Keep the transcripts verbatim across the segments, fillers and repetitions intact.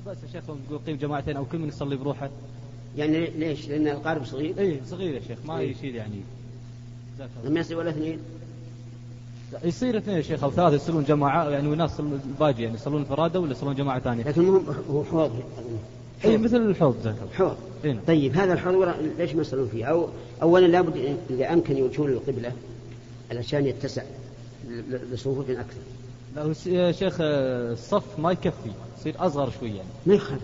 بس يا شيخ نقول قيم جماعتين أو كل من يصلي بروحه. يعني ليش؟ لأن القارب صغير. إيه صغير يا شيخ ما إيه؟ يشيل يعني. لم يصير ولا اثنين. يصير اثنين يا شيخ أو ثلاثة يصلون جماعة يعني وناس الباقي يعني يصلون فرادة ولا يصلون جماعة ثانية. لكن مهم هو حوض. أي مثل الحوض ذاك. حوض. إيه؟ طيب هذا الحوض ليش ما يصلون فيه؟ أو أولا لابد إذا أمكن يوجهون للقبلة علشان يتسع لصفوف أكثر. لا يا شيخ الصف ما يكفي يصير أصغر شوي يعني. ما يخالف.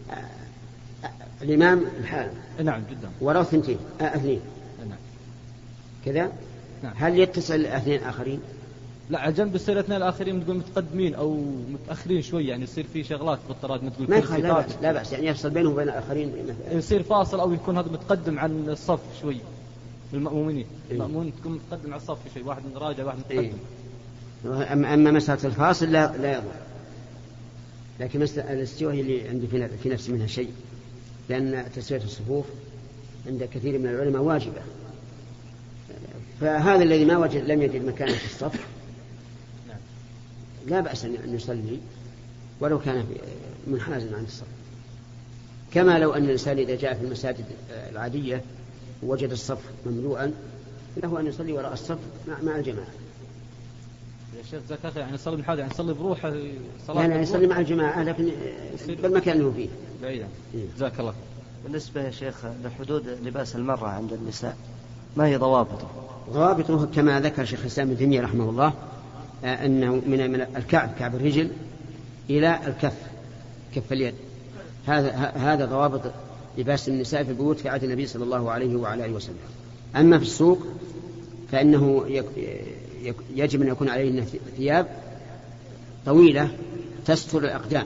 الإمام الحال. نعم جدا. وراء ثنتين آه اثنين. نعم. كذا. نعم. هل يتسع الاثنين الآخرين؟ لا على جنب يصير الاثنين الآخرين تقول متقدمين أو متأخرين شوي يعني يصير في شغلات بالطراد ما تقول. ما يخالف لا بأس لا بأس يعني يفصل بينهم وبين الآخرين. يصير فاصل أو يكون هذا متقدم عن الصف شوي. المأمومين. إيه؟ المأمون تكون متقدم على الصف شوي واحد راجع واحد متقدم. إيه؟ أما أما مسألة الفاصل لا لا يضر. لكن مسألة الاستواء هي اللي عندي في نفسي منها شيء. لأن تسوية الصفوف عند كثير من العلماء واجبة. فهذا الذي ما وجد لم يجد مكانه في الصف لا بأس أن يصلي ولو كان منحازا عن الصف. كما لو أن الإنسان إذا جاء في المساجد العادية ووجد الصف مملوءا له أن يصلي وراء الصف مع الجماعة. يا شيخ ذاك يعني يصلي من حاله يعني يصلي بروحه صلاة يعني يصلي مع الجماعة لكن بالمكان اللي هو فيه بعيدا. جزاك الله. بالنسبة يا شيخ لحدود لباس المرأة عند النساء ما هي ضوابطه؟ ضوابطه كما ذكر شيخ الإسلام ابن تيمية رحمه الله أنه من من الكعب كعب الرجل إلى الكف كف اليد. هذا هذا ضوابط لباس النساء في البيوت في عهد النبي صلى الله عليه وعلى آله وسلم. أما في السوق فإنه يجب أن يكون عليه ثياب طويلة تستر الأقدام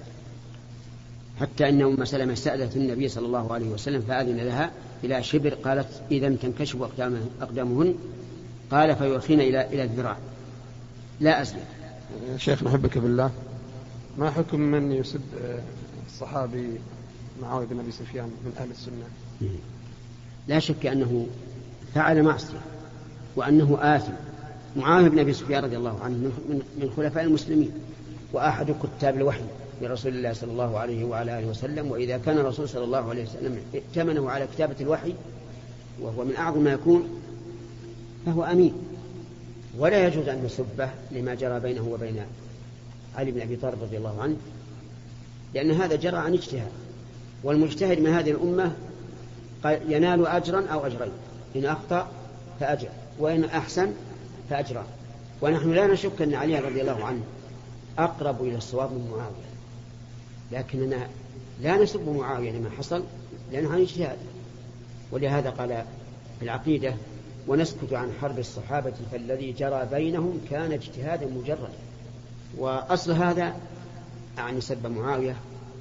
حتى أن أم سلمة استأذنت النبي صلى الله عليه وسلم فأذن لها إلى شبر قالت إذا تنكشف أقدامهن قال فيرخين إلى إلى الذراع لا أزيد. شيخ نحبك بالله ما حكم من يسب الصحابي معاوية بن أبي سفيان من أهل السنة؟ لا شك أنه فعل معصية وأنه آثم. معاوية بن أبي سفيان رضي الله عنه من خلفاء المسلمين وأحد كتاب الوحي لرسول الله صلى الله عليه وعلى آله وسلم. وإذا كان الرسول صلى الله عليه وسلم ائتمنه على كتابة الوحي وهو من أعظم ما يكون فهو أمين ولا يجوز أن نسبه لما جرى بينه وبين علي بن أبي طالب رضي الله عنه لأن هذا جرى عن اجتهاد والمجتهد من هذه الأمة ينال أجرا أو أجرين إن أخطأ فأجر وإن أحسن فأجران. ونحن لا نشك أن علي رضي الله عنه أقرب إلى الصواب من معاوية لكننا لا نسب معاوية لما حصل لأنه عن اجتهاد. ولهذا قال في العقيدة ونسكت عن حرب الصحابة فالذي جرى بينهم كان اجتهادا مجردا. وأصل هذا عن سب معاوية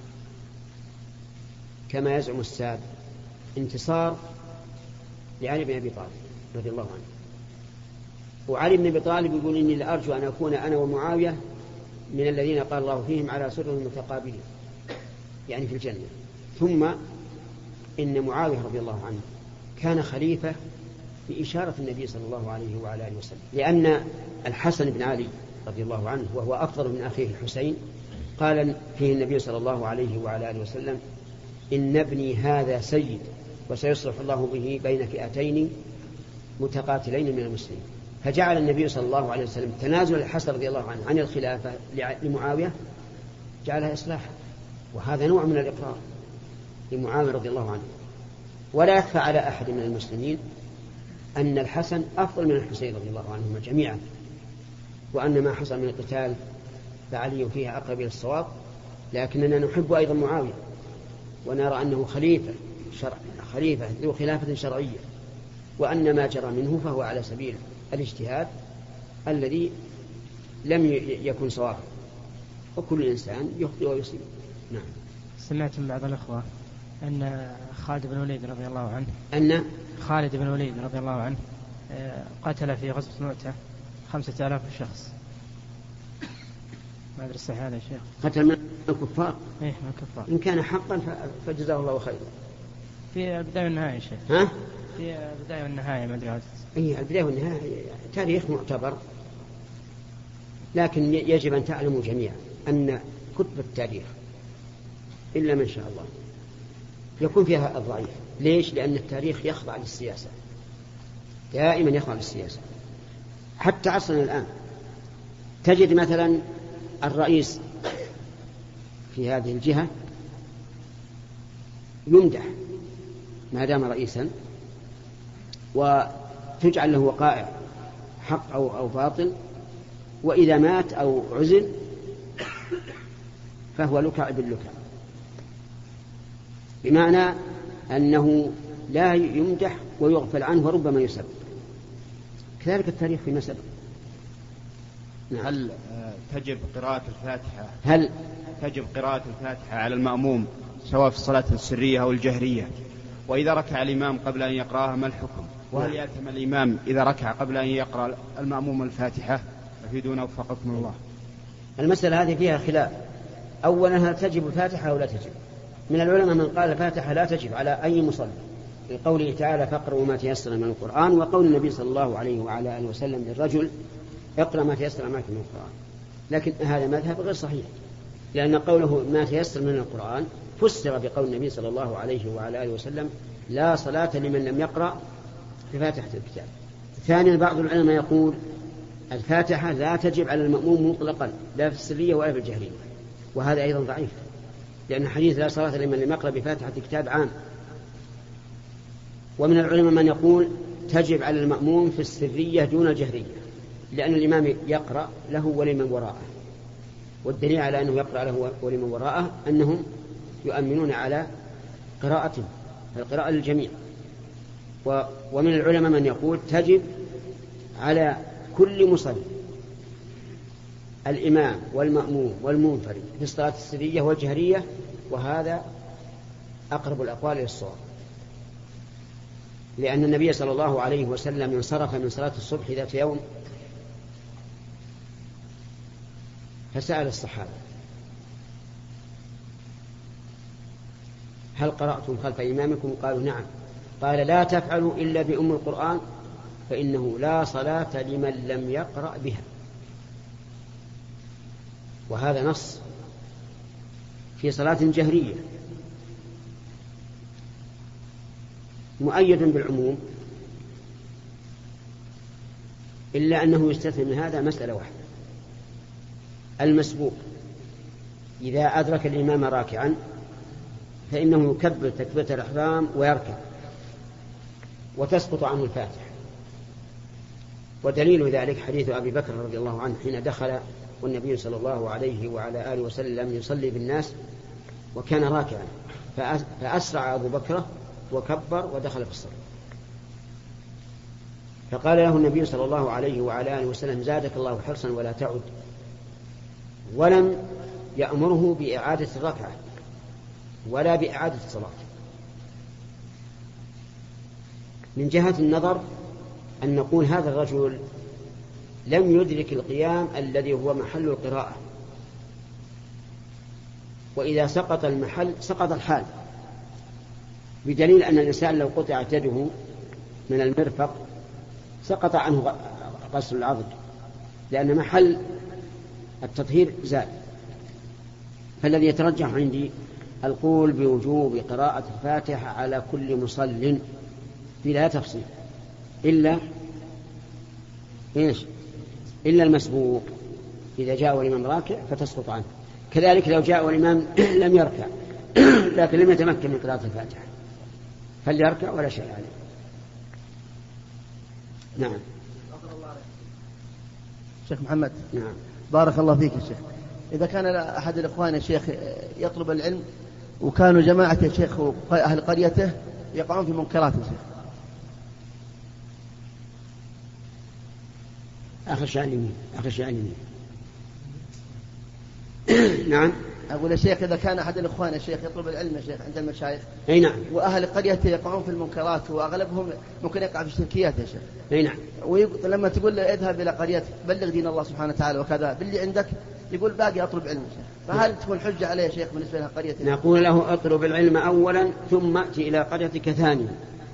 كما يزعم الساد انتصار لعلي بن أبي طالب رضي الله عنه. وعلي بن أبي طالب يقول إني لأرجو أن أكون أنا ومعاوية من الذين قال الله فيهم على سرر متقابلين يعني في الجنة. ثم إن معاوية رضي الله عنه كان خليفة بإشارة النبي صلى الله عليه وعلى آله وسلم لأن الحسن بن علي رضي الله عنه وهو أفضل من أخيه الحسين قال فيه النبي صلى الله عليه وعلى آله وسلم إن ابني هذا سيد وسيصلح الله به بين فئتين متقاتلين من المسلمين. فجعل النبي صلى الله عليه وسلم تنازل الحسن رضي الله عنه عن الخلافة لمعاوية جعلها إصلاحا وهذا نوع من الإقرار لمعاوية رضي الله عنه. ولا يخفى على أحد من المسلمين أن الحسن أفضل من الحسين رضي الله عنهما جميعا وأن ما حصل من القتال فعلي فيها أقرب إلى الصواب لكننا نحب أيضا معاوية ونرى أنه خليفة شرع خليفة ذو خلافة شرعية وأن ما جرى منه فهو على سبيل الاجتهاد الذي لم يكن صوابا وكل إنسان يخطئ ويصيب. نعم. سمعت من بعض الأخوة أن خالد بن الوليد رضي الله عنه أن خالد بن الوليد رضي الله عنه قتل في غزوة مؤتة خمسة آلاف شخص. ما أدري الصحة هذا يا شيخ. قتل من الكفار. إيه من الكفار. إن كان حقا فجزاه الله خيرا. في البداية والنهاية يا شيخ. ها؟ في البداية والنهاية ما أدري. إيه البداية والنهاية تاريخ معتبر لكن يجب أن تعلموا جميعا أن كتب التاريخ إلا من شاء الله يكون فيها الضعيف. ليش؟ لأن التاريخ يخضع للسياسة، دائما يخضع للسياسة. حتى عصرنا الآن تجد مثلا الرئيس في هذه الجهة يمدح ما دام رئيسا، وتجعل له وقائع حق أو, أو باطل، وإذا مات أو عزل فهو لكع باللكع، بمعنى أنه لا يمدح ويغفل عنه وربما يسب. كذلك التاريخ فيما سبق. نعم. هل تجب قراءة الفاتحة هل تجب قراءة الفاتحة على المأموم سواء في الصلاة السرية أو الجهرية؟ وإذا ركع الإمام قبل أن يقرأها ما الحكم؟ وهل يأثم الإمام إذا ركع قبل أن يقرأ المأموم الفاتحة؟ أفيدونا وفقكم الله. المسألة هذه فيها خلاف. أولا هل تجب الفاتحة أو لا تجب؟ من العلماء من قال الفاتحة لا تجب على أي مصلي، لقوله تعالى فاقرأوا ما تيسر من القرآن، وقول النبي صلى الله عليه وعلى آله وسلم للرجل اقرأ ما تيسر معك من القرآن. لكن هذا مذهب غير صحيح، لأن قوله ما تيسر من القرآن فسر بقول النبي صلى الله عليه وعلى آله وسلم لا صلاة لمن لم يقرأ بفاتحة الكتاب. ثانيا بعض العلماء يقول الفاتحة لا تجب على المأموم مطلقا لا في السرية ولا في الجهرية، وهذا أيضا ضعيف، لأن حديث لا صلاة لمن لم يقرأ بفاتحة الكتاب عام. ومن العلماء من يقول تجب على المأموم في السرية دون الجهرية، لأن الإمام يقرأ له ولمن وراءه، والدليل على أنه يقرأ له ولمن وراءه أنهم يؤمنون على قراءته، القراءة للجميع. ومن العلماء من يقول تجب على كل مصلي، الإمام والمأموم والمنفرد في الصلاة السرية والجهرية، وهذا أقرب الأقوال إلى الصواب، لأن النبي صلى الله عليه وسلم انصرف من صلاة الصبح ذات يوم فسأل الصحابة هل قرأتم خلف إمامكم؟ قالوا نعم. قال لا تفعلوا إلا بأم القرآن فإنه لا صلاة لمن لم يقرأ بها. وهذا نص في صلاة جهرية مؤيد بالعموم، إلا أنه يستثنى من هذا مسألة واحدة: المسبوق إذا أدرك الإمام راكعا فإنه يكبر تكبيرة الإحرام ويركع وتسقط عنه الفاتحة. ودليل ذلك حديث أبي بكر رضي الله عنه حين دخل والنبي صلى الله عليه وعلى آله وسلم يصلي بالناس وكان راكعا، فأسرع أبو بكر وكبر ودخل في الصلاة، فقال له النبي صلى الله عليه وعلى آله وسلم زادك الله حرصا ولا تعد، ولم يأمره بإعادة الركعة ولا بإعادة الصلاة. من جهة النظر أن نقول هذا الرجل لم يدرك القيام الذي هو محل القراءة، وإذا سقط المحل سقط الحال، بدليل أن الإنسان لو قطعت يده من المرفق سقط عنه غسل العضد، لأن محل التطهير زال. فالذي يترجح عندي القول بوجوب قراءة الفاتحة على كل مصل بلا تفصيل، إلا إيش؟ إلا المسبوق إذا جاء الإمام راكع فتسقط عنه. كذلك لو جاء الإمام لم يركع لكن لم يتمكن من قراءة الفاتحة فليركع ولا شيء عليه. نعم. شيخ محمد. نعم. بارك الله فيك يا شيخ. إذا كان أحد الإخوان يا شيخ يطلب العلم وكانوا جماعة يا شيخ أهل قريته يقعون في منكرات يا شيخ. آخر شيء اليمين آخر شيء اليمين. نعم. أقول يا شيخ إذا كان أحد الإخوان يا شيخ يطلب العلم يا شيخ عند المشايخ. أي نعم. وأهل قريته يقعون في المنكرات وأغلبهم ممكن يقع في الشركيات يا شيخ. أي نعم. ولما تقول له اذهب إلى قريتك بلغ دين الله سبحانه وتعالى وكذا باللي عندك، يقول باقي أطلب علم يا شيخ، فهل نعم. تكون حجة عليه يا شيخ بالنسبة لها قريته؟ نقول له اطلب العلم أولا ثم أتي إلى قريتك ثانيا،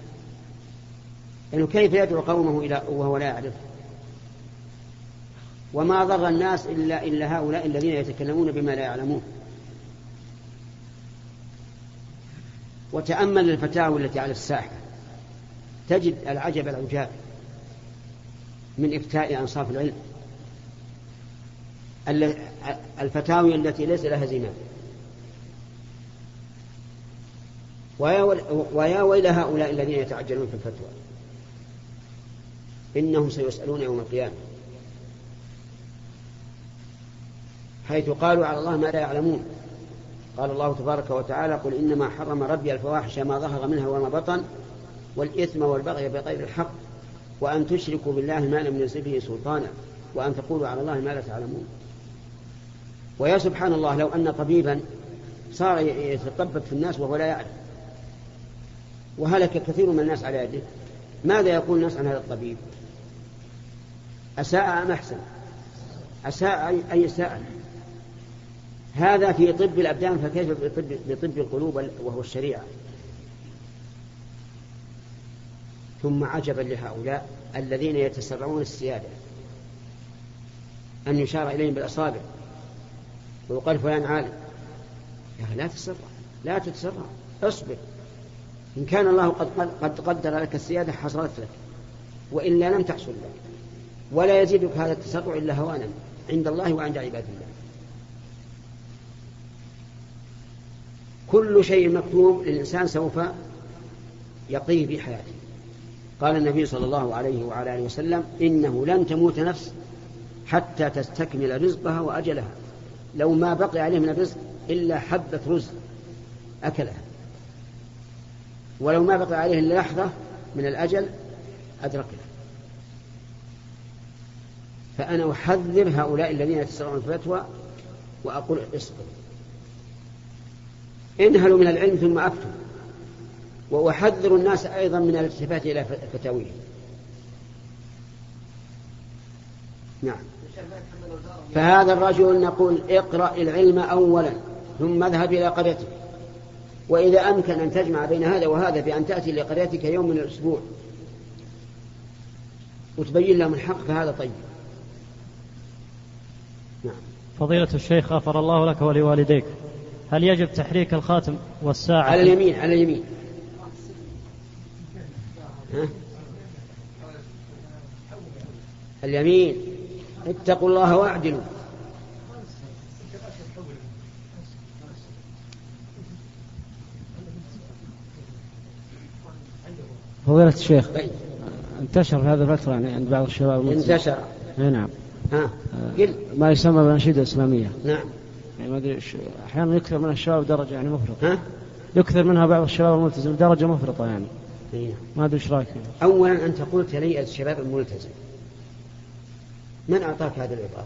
لأنه كيف يدعو قومه إلى وهو لا يعرف؟ وما ضر الناس إلا, إلا هؤلاء الذين يتكلمون بما لا يعلمون. وتأمل الفتاوى التي على الساحة تجد العجب العجاب من إفتاء أنصاف العلم، الفتاوى التي ليس لها زمام. ويا ويل هؤلاء الذين يتعجلون في الفتوى، إنهم سيسألون يوم القيامة، حيث قالوا على الله ما لا يعلمون. قال الله تبارك وتعالى: قل إنما حرم ربي الفواحش ما ظهر منها وما بطن والإثم والبغي بغير الحق وأن تشركوا بالله ما لم ينزل به سلطانا وأن تقولوا على الله ما لا تعلمون. ويا سبحان الله، لو أن طبيبا صار يتطبب في الناس وهو لا يعلم، وهلك كثير من الناس على يده، ماذا يقول الناس عن هذا الطبيب؟ أساء أم أحسن؟ أساء أي أساء. هذا في طب الأبدان، فكيف بطب, بطب القلوب وهو الشريعة؟ ثم عجبا لهؤلاء الذين يتسرعون السيادة، أن يشار إليهم بالأصابع ويقال فلان عالم. يا لا تتسرع، لا تتسرع، اصبر. إن كان الله قد, قد قدر لك السيادة حصلت لك، وإلا لم تحصل لك، ولا يزيدك هذا التسرع إلا هوانا عند الله وعند عباد الله. كل شيء مكتوب للإنسان سوف يقيه في حياته. قال النبي صلى الله عليه وعلى آله وسلم: إنه لن تموت نفس حتى تستكمل رزقها وأجلها. لو ما بقي عليه من الرزق إلا حبة رزق أكلها، ولو ما بقي عليه إلا لحظة من الأجل أدركها. فأنا أحذر هؤلاء الذين يتسرعون في الفتوى وأقول: اصبروا، انهلوا من العلم ثم أفتوا. وأحذر الناس أيضا من الالتفات إلى فتاويه. نعم. فهذا الرجل نقول: اقرأ العلم أولا ثم اذهب إلى قريتك، وإذا أمكن أن تجمع بين هذا وهذا بأن تأتي لقريتك يوم من الأسبوع وتبين لهم الحق فهذا طيب. نعم. فضيلة الشيخ غفر الله لك ولوالديك، هل يجب تحريك الخاتم والساعة؟ على اليمين، على اليمين. ها؟ اليمين. اتقوا الله واعدلوا. فضيلة الشيخ، انتشر في هذه الفترة يعني عند بعض الشباب انتشر نعم ها قل ما يسمى بأنشدة إسلامية. نعم. يعني ما أدري أحيانا يكثر من الشباب درجة يعني مفرطة. ها؟ يكثر منها بعض الشباب الملتزم درجة مفرطة يعني. إيه. ما أدري إيش رأيك؟ أولا أنت قلت لي الشباب الملتزم، من أعطاك هذا العبارة؟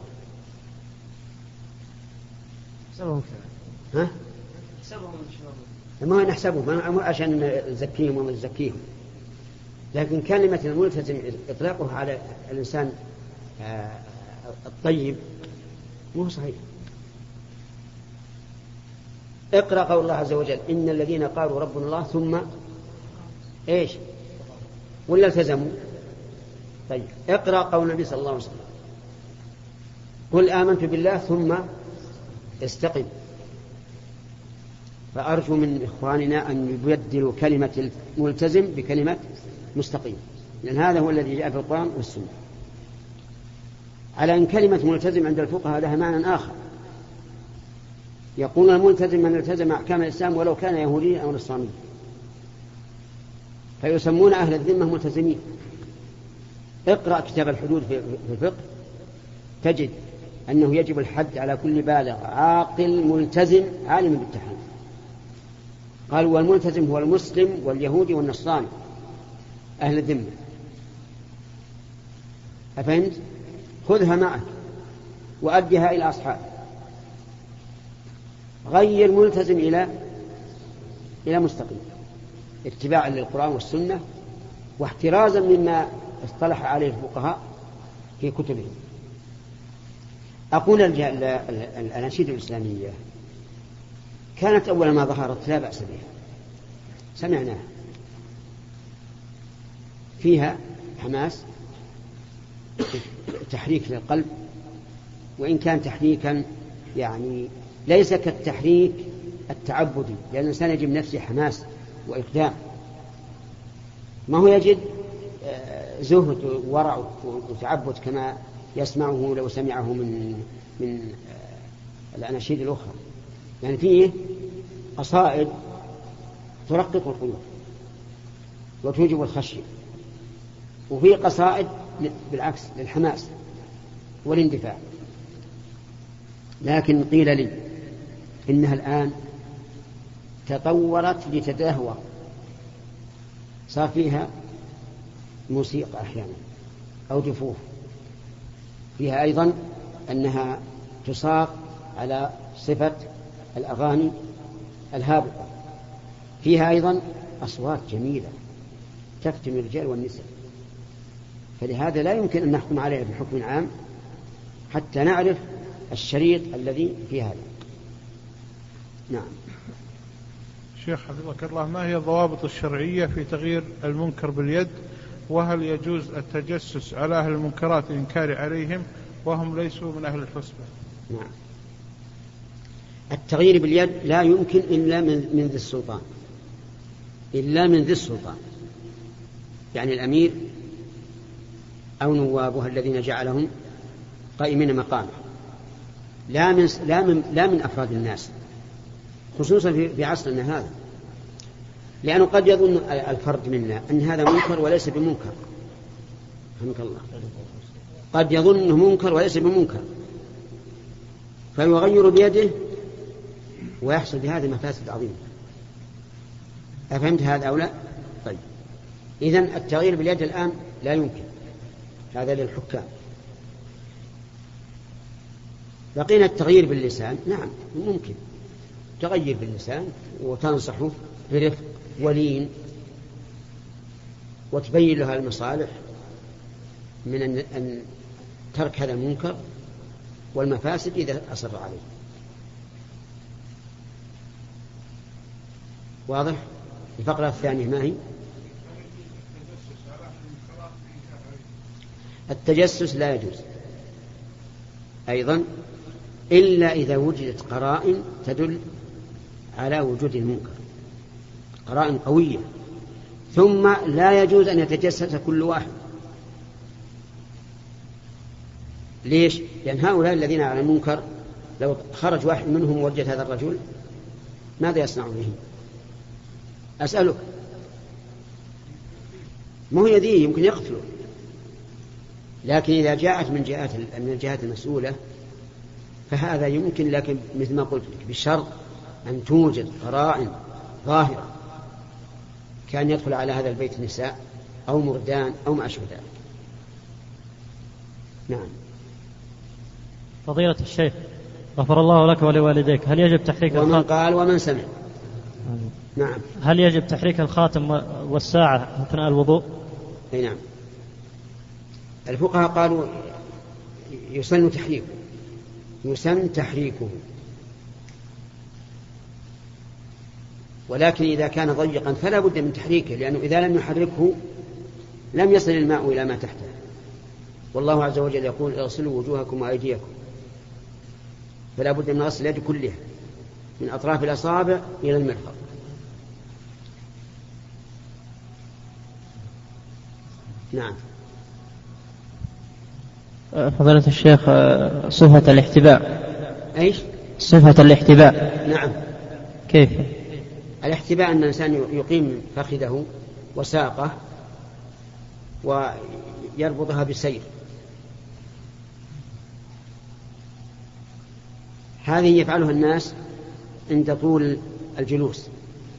سبهم كذا. ها؟ سبهم الشباب. ما نحسبهم ما عشان نزكيهم وما نزكيهم، لكن كلمة الملتزم إطلاقها على الإنسان الطيب مو صحيح. اقرأ قول الله عز وجل: إن الذين قالوا ربنا الله ثم إيش ولا التزموا. طيب اقرأ قول النبي صلى الله عليه وسلم: قل آمنت بالله ثم استقم. فأرجو من إخواننا أن يبدلوا كلمة الملتزم بكلمة مستقيم، لأن هذا هو الذي جاء في القرآن والسنة. على أن كلمة ملتزم عند الفقهاء لها معنى آخر، يقول الملتزم من التزم أحكام الإسلام ولو كان يهوديا أو نصرانيا، فيسمون أهل الذمة ملتزمين. اقرأ كتاب الحدود في الفقه تجد أنه يجب الحد على كل بالغ عاقل ملتزم عالم بالتحريم. قال: والملتزم هو المسلم واليهودي والنصراني أهل الذمة. أفهمت؟ خذها معك وأدها إلى أصحابك. غير ملتزم إلى إلى مستقيم، اتباعا للقرآن والسنة واحترازا مما اصطلح عليه الفقهاء في كتبهم. أقول الأناشيد الإسلامية كانت أول ما ظهرت لا بأس بها، سمعناها، فيها حماس، تحريك للقلب، وإن كان تحريكا يعني ليس كالتحريك التعبدي، لأن الإنسان يجب نفسه حماس وإقدام، ما هو يجد زهد وورع وتعبد كما يسمعه لو سمعه من من الأناشيد الأخرى. يعني فيه قصائد ترقق القلوب وتوجب الخشية، وفيه قصائد بالعكس للحماس والاندفاع. لكن قيل لي إنها الآن تطورت لتدهور، صار فيها موسيقى أحيانا أو دفوف، فيها أيضا أنها تساق على صفة الأغاني الهابطة، فيها أيضا أصوات جميلة تفتن الرجال والنساء. فلهذا لا يمكن أن نحكم عليها بحكم عام حتى نعرف الشريط الذي في هذا. نعم. شيخ حفظك الله، ما هي الضوابط الشرعية في تغيير المنكر باليد؟ وهل يجوز التجسس على أهل المنكرات الإنكار عليهم وهم ليسوا من أهل الحسبة؟ نعم. التغيير باليد لا يمكن إلا من, من ذي السلطان، إلا من ذي السلطان، يعني الأمير أو نوابه الذين جعلهم قائمين مقامه، لا من, لا من, لا من أفراد الناس، خصوصا في, في عصرنا هذا، لأنه قد يظن الفرد منا أن هذا منكر وليس بمنكر. رحمك الله. قد يظن أنه منكر وليس بمنكر فيغير بيده ويحصل بهذه مفاسد عظيمة. أفهمت هذا أو لا؟ طيب، إذن التغيير باليد الآن لا يمكن، هذا للحكام. بقينا التغيير باللسان. نعم ممكن تغير باللسان وتنصحه برفق ولين وتبين له المصالح من أن ترك هذا المنكر والمفاسد إذا أصر عليه. واضح؟ الفقرة الثانية ما هي؟ التجسس لا يجوز أيضا إلا إذا وجدت قرائن تدل على وجود المنكر، قرائن قوية. ثم لا يجوز أن يتجسس كل واحد. ليش؟ لأن هؤلاء الذين على المنكر لو خرج واحد منهم ووجد هذا الرجل ماذا يصنع به؟ أسألك. ما هو يديه يمكن يقتله. لكن إذا جاءت من جهات من الجهات المسؤولة فهذا يمكن، لكن مثل ما قلت لك بشرط أن توجد قرائن ظاهرة كان يدخل على هذا البيت نساء أو مردان أو ما أشبه ذلك. نعم. فضيلة الشيخ غفر الله لك ولوالديك، هل يجب تحريك ومن الخاتم؟ قال ومن سمع. نعم. هل يجب تحريك الخاتم والساعة أثناء الوضوء؟ أي نعم. الفقهاء قالوا يسن تحريكه، يسن تحريكه، ولكن إذا كان ضيقا فلا بد من تحريكه، لأنه إذا لم يحركه لم يصل الماء إلى ما تحته. والله عز وجل يقول اغسلوا وجوهكم وأيديكم، فلا بد من غسل اليد كلها من أطراف الأصابع إلى المرفق. نعم. فضيلة الشيخ، صفة الاحتباء. أيش؟ صفة الاحتباء. نعم. كيف؟ الاحتباء أن الإنسان يقيم فخذه وساقه ويربطها بسير. هذه يفعلها الناس عند طول الجلوس،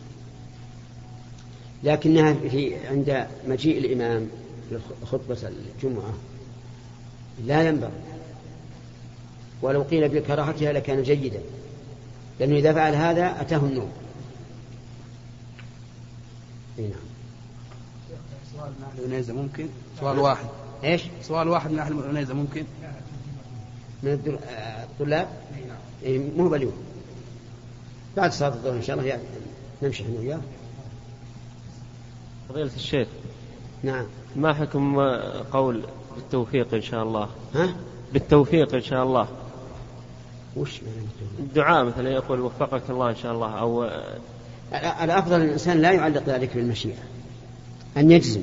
لكنها في عند مجيء الإمام لخطبة الجمعة لا ينبغي، ولو قيل بكراهتها لكان جيدا، لأنه إذا فعل هذا أتاه النوم. نعم. سؤال من أهل العنيزة ممكن؟ سؤال واحد. إيش؟ سؤال واحد من أهل العنيزة ممكن؟ من الطلاب؟ إيه مو باليوم، بعد صلاة الظهر إن شاء الله يعني نمشي احنا وياه. فضيلة الشيخ. نعم. ما حكم قول بالتوفيق إن شاء الله؟ ها؟ بالتوفيق إن شاء الله. وش معنى الدعاء مثلا يقول وفقك الله إن شاء الله، أو الأفضل الإنسان لا يعلق ذلك بالمشيئة، أن يجزم.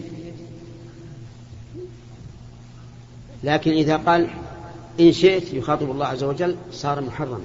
لكن إذا قال إن شئت يخاطب الله عز وجل صار محرما.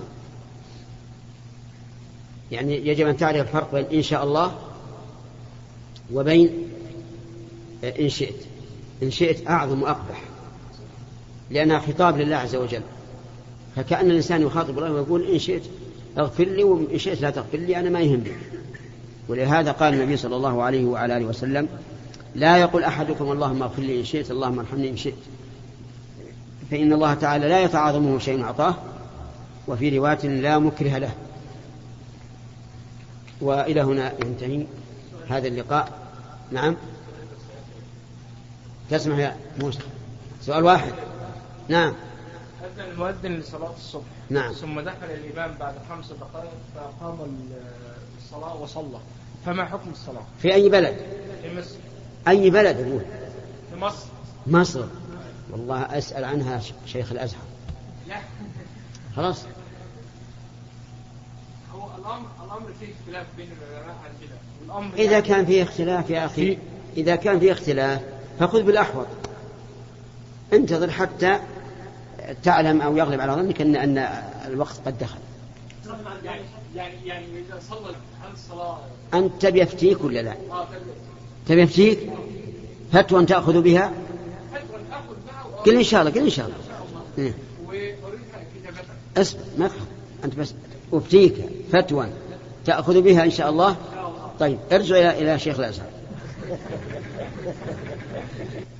يعني يجب أن تعرف الفرق بين إن شاء الله وبين إن شئت. إن شئت أعظم وأقبح لأنها خطاب لله عز وجل، فكأن الإنسان يخاطب الله ويقول إن شئت اغفر لي وإن شئت لا تغفر لي أنا ما يهمني. ولهذا قال النبي صلى الله عليه وعلى آله وسلم لا يقول أحدكم اللهم اغفر لي إن شئت اللهم ارحمني إن شئت، فإن الله تعالى لا يتعاظمه شيء أعطاه، وفي رواية لا مكره له. وإلى هنا ينتهي هذا اللقاء. نعم تسمح يا موسى؟ سؤال واحد. نعم. أذن المؤذن لصلاة الصبح. نعم. ثم دخل الإمام بعد خمس دقائق فأقام الصلاة وصلى، فما حكم الصلاة؟ في أي بلد؟ في مصر. أي بلد أقول؟ في مصر. مصر. والله أسأل عنها شيخ الأزهر. لا. خلاص. هو الأمر الأمر فيه اختلاف بين العلماء عن كده. والأمر إذا يعني كان فيه اختلاف يا أخي، إذا كان فيه اختلاف فخذ بالأحوط، انتظر حتى تعلم أو يغلب على ظنك أن أن الوقت قد دخل. يعني يعني يعني إذا صلى هل الصلاة أنت تبي يفتيك ولا لا؟ تبي يفتيك فتوى تأخذ بها؟ قل إن شاء الله، قل إن شاء الله. اسمع ما تخاف أنت، بس أفتيك فتوى تأخذ بها إن شاء الله. طيب ارجع إلى إلى شيخ الأزهر.